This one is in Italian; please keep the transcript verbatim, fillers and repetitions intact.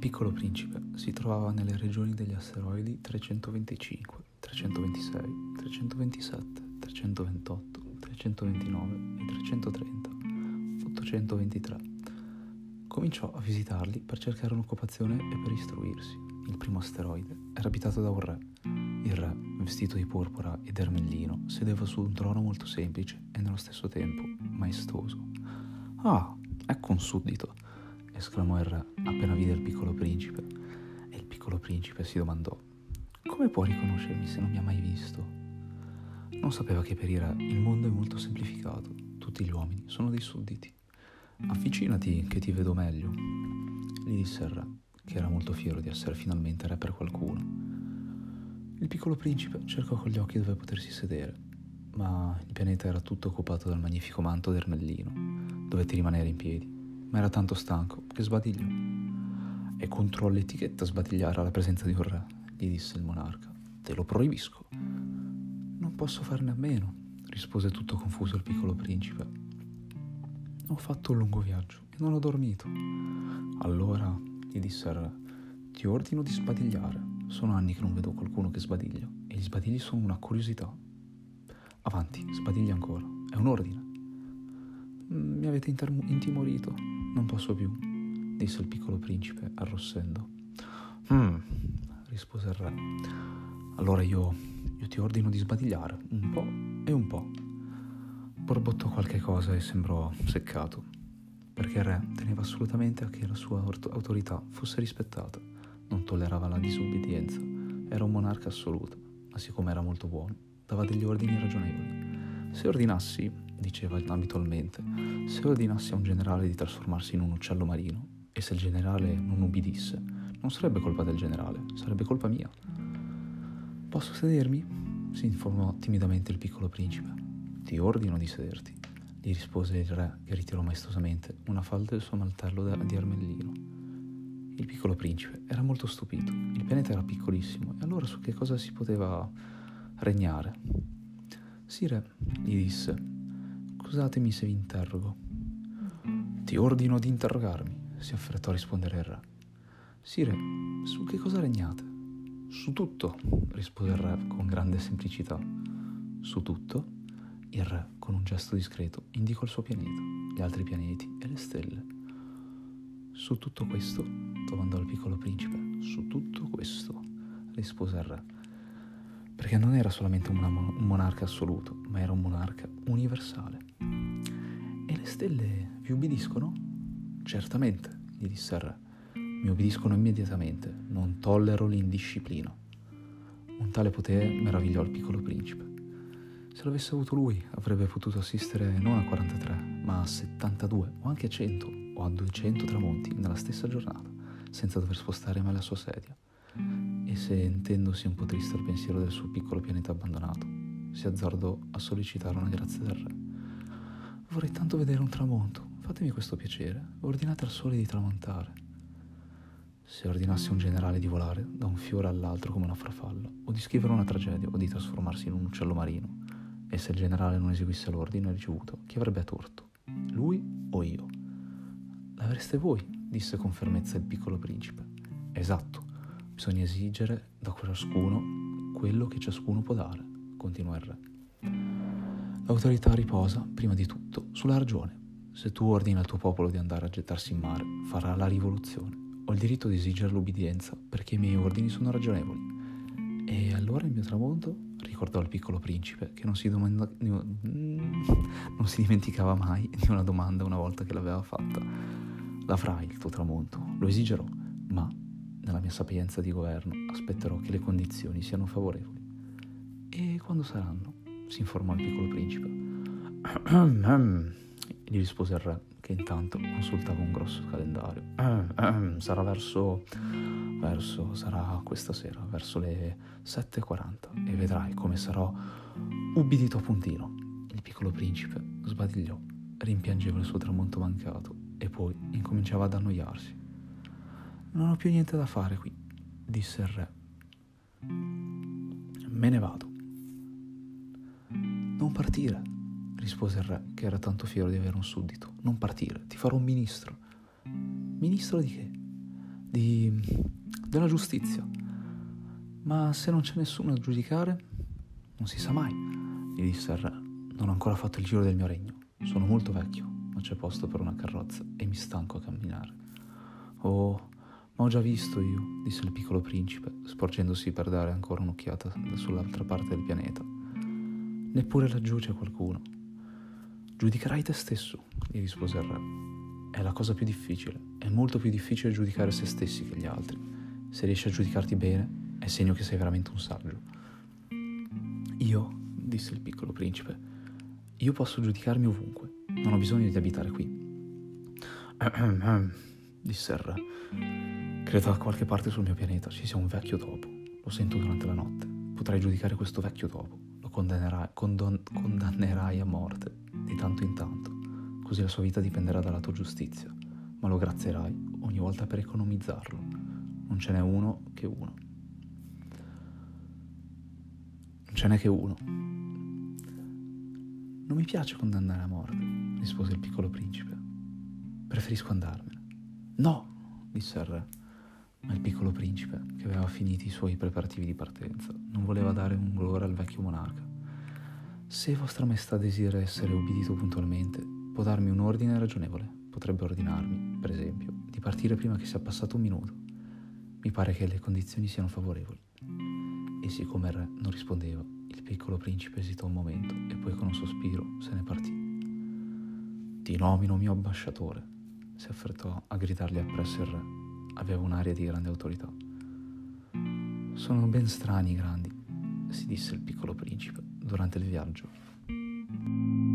Piccolo Principe si trovava nelle regioni degli asteroidi trecentoventicinque, trecentoventisei, trecentoventisette, trecentoventotto, trecentoventinove e trecentotrenta, ottocentoventitré. Cominciò a visitarli per cercare un'occupazione e per istruirsi. Il primo asteroide era abitato da un re. Il re, vestito di porpora ed ermellino, sedeva su un trono molto semplice e nello stesso tempo maestoso. «Ah, ecco un suddito!» esclamò il re appena vide il Piccolo Principe, e il Piccolo Principe si domandò: «Come può riconoscermi se non mi ha mai visto?» Non sapeva che per i re il mondo è molto semplificato, tutti gli uomini sono dei sudditi. «Avvicinati che ti vedo meglio», gli disse il re, che era molto fiero di essere finalmente re per qualcuno. Il Piccolo Principe cercò con gli occhi dove potersi sedere, ma il pianeta era tutto occupato dal magnifico manto d'ermellino. Dovette rimanere in piedi, ma era tanto stanco che sbadigliò. «È contro l'etichetta sbadigliare alla presenza di un re», gli disse il monarca. «Te lo proibisco». «Non posso farne a meno», rispose tutto confuso il Piccolo Principe. «Ho fatto un lungo viaggio e non ho dormito». «Allora», gli disse il re, «ti ordino di sbadigliare. Sono anni che non vedo qualcuno che sbadiglia, e gli sbadigli sono una curiosità. Avanti, sbadiglia ancora, è un ordine». «Mi avete inter- intimorito, non posso più», disse il Piccolo Principe arrossendo. «Hm», rispose il re, «allora io, io ti ordino di sbadigliare un po' e un po'». Borbottò qualche cosa e sembrò seccato, perché il re teneva assolutamente a che la sua autorità fosse rispettata, non tollerava la disobbedienza, era un monarca assoluto, ma siccome era molto buono, dava degli ordini ragionevoli. «Se ordinassi», diceva abitualmente, «se ordinassi a un generale di trasformarsi in un uccello marino, e se il generale non ubbidisse, non sarebbe colpa del generale, sarebbe colpa mia». «Posso sedermi?» si informò timidamente il Piccolo Principe. «Ti ordino di sederti», gli rispose il re, che ritirò maestosamente una falda del suo mantello di ermellino. Il Piccolo Principe era molto stupito. Il pianeta era piccolissimo, e allora su che cosa si poteva regnare? «Sire», gli disse, «scusatemi se vi interrogo». «Ti ordino di interrogarmi», si affrettò a rispondere il re. «Sire, su che cosa regnate?» «Su tutto», rispose il re con grande semplicità. «Su tutto?» Il re, con un gesto discreto, indicò il suo pianeta, gli altri pianeti e le stelle. «Su tutto questo?» domandò il Piccolo Principe. «Su tutto questo», rispose il re, perché non era solamente una, un monarca assoluto, ma era un monarca universale. «E le stelle vi ubbidiscono?» «Certamente», gli disse il re, «mi ubbidiscono immediatamente, non tollero l'indisciplina». Un tale potere meravigliò il Piccolo Principe. Se l'avesse avuto lui, avrebbe potuto assistere non a quarantatré, ma a settantadue, o anche a cento, o a duecento tramonti nella stessa giornata, senza dover spostare mai la sua sedia. E sentendosi un po' triste al pensiero del suo piccolo pianeta abbandonato, si azzardò a sollecitare una grazia del re. «Vorrei tanto vedere un tramonto, fatemi questo piacere, ordinate al sole di tramontare». Se ordinasse a un generale di volare da un fiore all'altro come una farfalla, o di scrivere una tragedia, o di trasformarsi in un uccello marino, e se il generale non eseguisse l'ordine ricevuto, chi avrebbe torto? Lui o io? «L'avreste voi», disse con fermezza il Piccolo Principe. «Esatto, bisogna esigere da ciascuno quello che ciascuno può dare», continuò il re. «L'autorità riposa, prima di tutto, sulla ragione. Se tu ordini al tuo popolo di andare a gettarsi in mare, farà la rivoluzione. Ho il diritto di esigere l'ubbidienza perché i miei ordini sono ragionevoli». «E allora il mio tramonto?» ricordò il Piccolo Principe, che non si, domanda, non si dimenticava mai di una domanda una volta che l'aveva fatta. «L'avrai il tuo tramonto, lo esigerò, ma nella mia sapienza di governo aspetterò che le condizioni siano favorevoli». «E quando saranno?» si informò il Piccolo Principe. Gli rispose il re, che intanto consultava un grosso calendario. «Sarà verso... verso... sarà questa sera, verso le sette e quaranta, e vedrai come sarò ubbidito a puntino». Il Piccolo Principe sbadigliò, rimpiangeva il suo tramonto mancato, e poi incominciava ad annoiarsi. «Non ho più niente da fare qui», disse il re. «Me ne vado». «Non partire», rispose il re, che era tanto fiero di avere un suddito. «Non partire, ti farò un ministro». «Ministro di che?» di... della giustizia. Ma se non c'è nessuno a giudicare, non si sa mai, gli disse il re. Non ho ancora fatto il giro del mio regno. Sono molto vecchio, ma c'è posto per una carrozza e mi stanco a camminare. Oh, ma ho già visto io, disse il piccolo principe, sporgendosi per dare ancora un'occhiata sull'altra parte del pianeta. Neppure laggiù c'è qualcuno. Giudicherai te stesso, gli rispose il re. È la cosa più difficile. È molto più difficile giudicare se stessi che gli altri. Se riesci a giudicarti bene, è segno che sei veramente un saggio. Io, disse il piccolo principe, io posso giudicarmi ovunque. Non ho bisogno di abitare qui. Disse il re. Credo da qualche parte sul mio pianeta ci sia un vecchio topo. Lo sento durante la notte. Potrai giudicare questo vecchio topo. Lo condannerai, condon, condannerai a morte di tanto in tanto. Così la sua vita dipenderà dalla tua giustizia. Ma lo grazierai ogni volta per economizzarlo. Non ce n'è uno che uno. Non ce n'è che uno. Non mi piace condannare a morte, rispose il piccolo principe. Preferisco andarmene. No, disse il re. Ma il piccolo principe, che aveva finiti i suoi preparativi di partenza, non voleva dare un glore al vecchio monarca. Se vostra maestà desidera essere ubbidito puntualmente, può darmi un ordine ragionevole. Potrebbe ordinarmi, per esempio, di partire prima che sia passato un minuto. Mi pare che le condizioni siano favorevoli. E siccome il re non rispondeva, il piccolo principe esitò un momento e poi con un sospiro se ne partì. Ti nomino mio ambasciatore, si affrettò a gridargli appresso il re. Aveva un'aria di grande autorità. Sono ben strani i grandi, si disse il piccolo principe durante il viaggio.